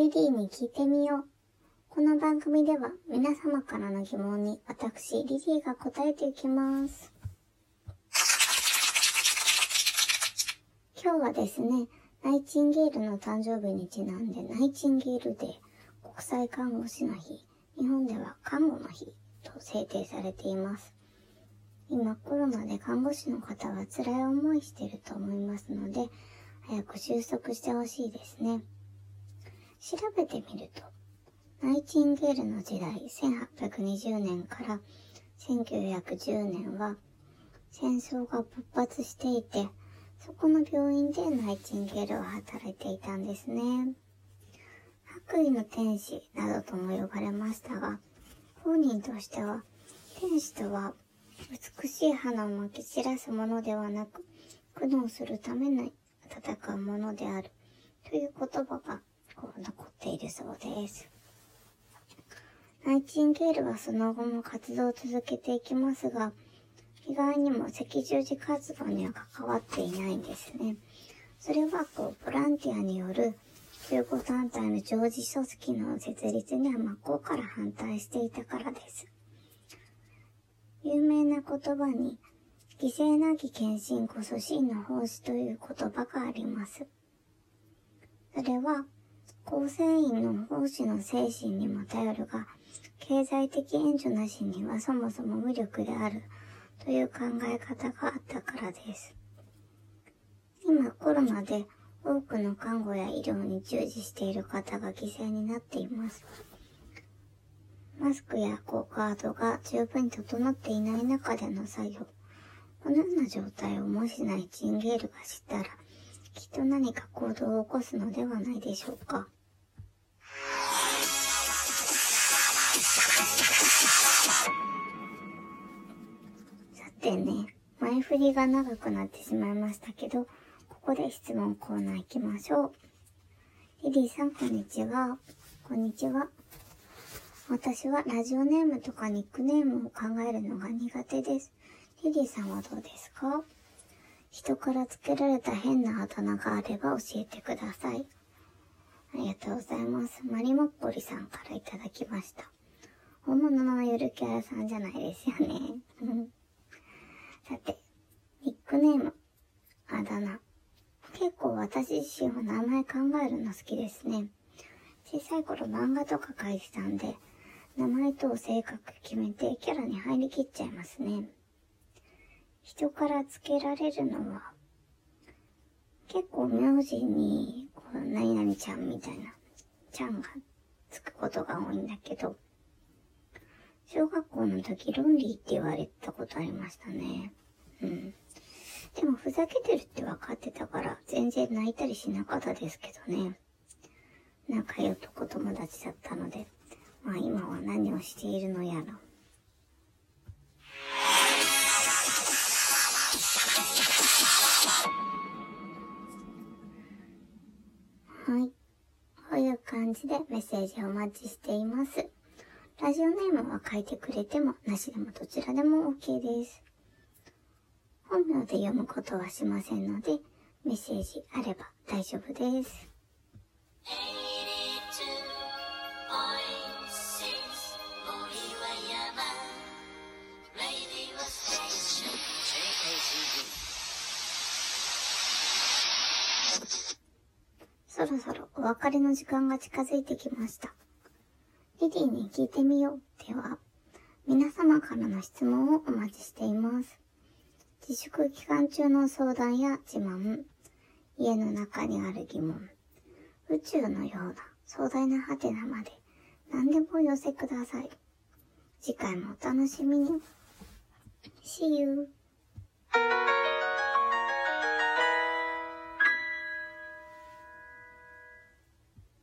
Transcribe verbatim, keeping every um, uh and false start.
リディに聞いてみよう。この番組では皆様からの疑問に私、リディが答えていきます。今日はですね、ナイチンゲールの誕生日にちなんでナイチンゲールデー、国際看護師の日、日本では看護の日と制定されています。今コロナで看護師の方は辛い思いしていると思いますので、早く収束してほしいですね。調べてみると、ナイチンゲールの時代せんはっぴゃくにじゅうねんからせんきゅうひゃくじゅうねんは戦争が勃発していて、そこの病院でナイチンゲールは働いていたんですね。白衣の天使などとも呼ばれましたが、本人としては天使とは美しい花をまき散らすものではなく、苦悩するために戦うものであるという言葉がこう残っているそうです。ナイチンゲールはその後も活動を続けていきますが、意外にも赤十字活動には関わっていないんですね。それはこうボランティアによる救護団体の常時組織の設立には真っ向から反対していたからです。有名な言葉に、犠牲なき献身こそ真の奉仕という言葉があります。それは、構成員の奉仕の精神にも頼るが、経済的援助なしにはそもそも無力であるという考え方があったからです。今コロナで多くの看護や医療に従事している方が犠牲になっています。マスクや効果ガードが十分に整っていない中での作業。このような状態をもしナイチンゲールが知ったら、きっと何か行動を起こすのではないでしょうか。さてね、前振りが長くなってしまいましたけど、ここで質問コーナー行きましょう。リリーさん、こんにちは。こんにちは。私はラジオネームとかニックネームを考えるのが苦手です。リリーさんはどうですか？人からつけられた変なあだ名があれば教えてください。ありがとうございます。マリモッコリさんからいただきました。本物のゆるキャラさんじゃないですよね。さて、ニックネーム、あだ名。結構私自身は名前考えるの好きですね。小さい頃漫画とか書いてたんで、名前と性格決めてキャラに入りきっちゃいますね。人からつけられるのは、結構名字に、こう何々ちゃんみたいな、ちゃんがつくことが多いんだけど、小学校の時ロンリーって言われたことありましたね。うん。でもふざけてるって分かってたから、全然泣いたりしなかったですけどね。仲良い男友達だったので、まあ今は何をしているのやら。はい。こういう感じでメッセージをお待ちしています。ラジオネームは書いてくれても、なしでもどちらでも OK です。本名で読むことはしませんので、メッセージあれば大丈夫です。そろそろお別れの時間が近づいてきました。リディに聞いてみよう。では、皆様からの質問をお待ちしています。自粛期間中の相談や自慢、家の中にある疑問、宇宙のような壮大なハテナまで何でもお寄せください。次回もお楽しみに。See you!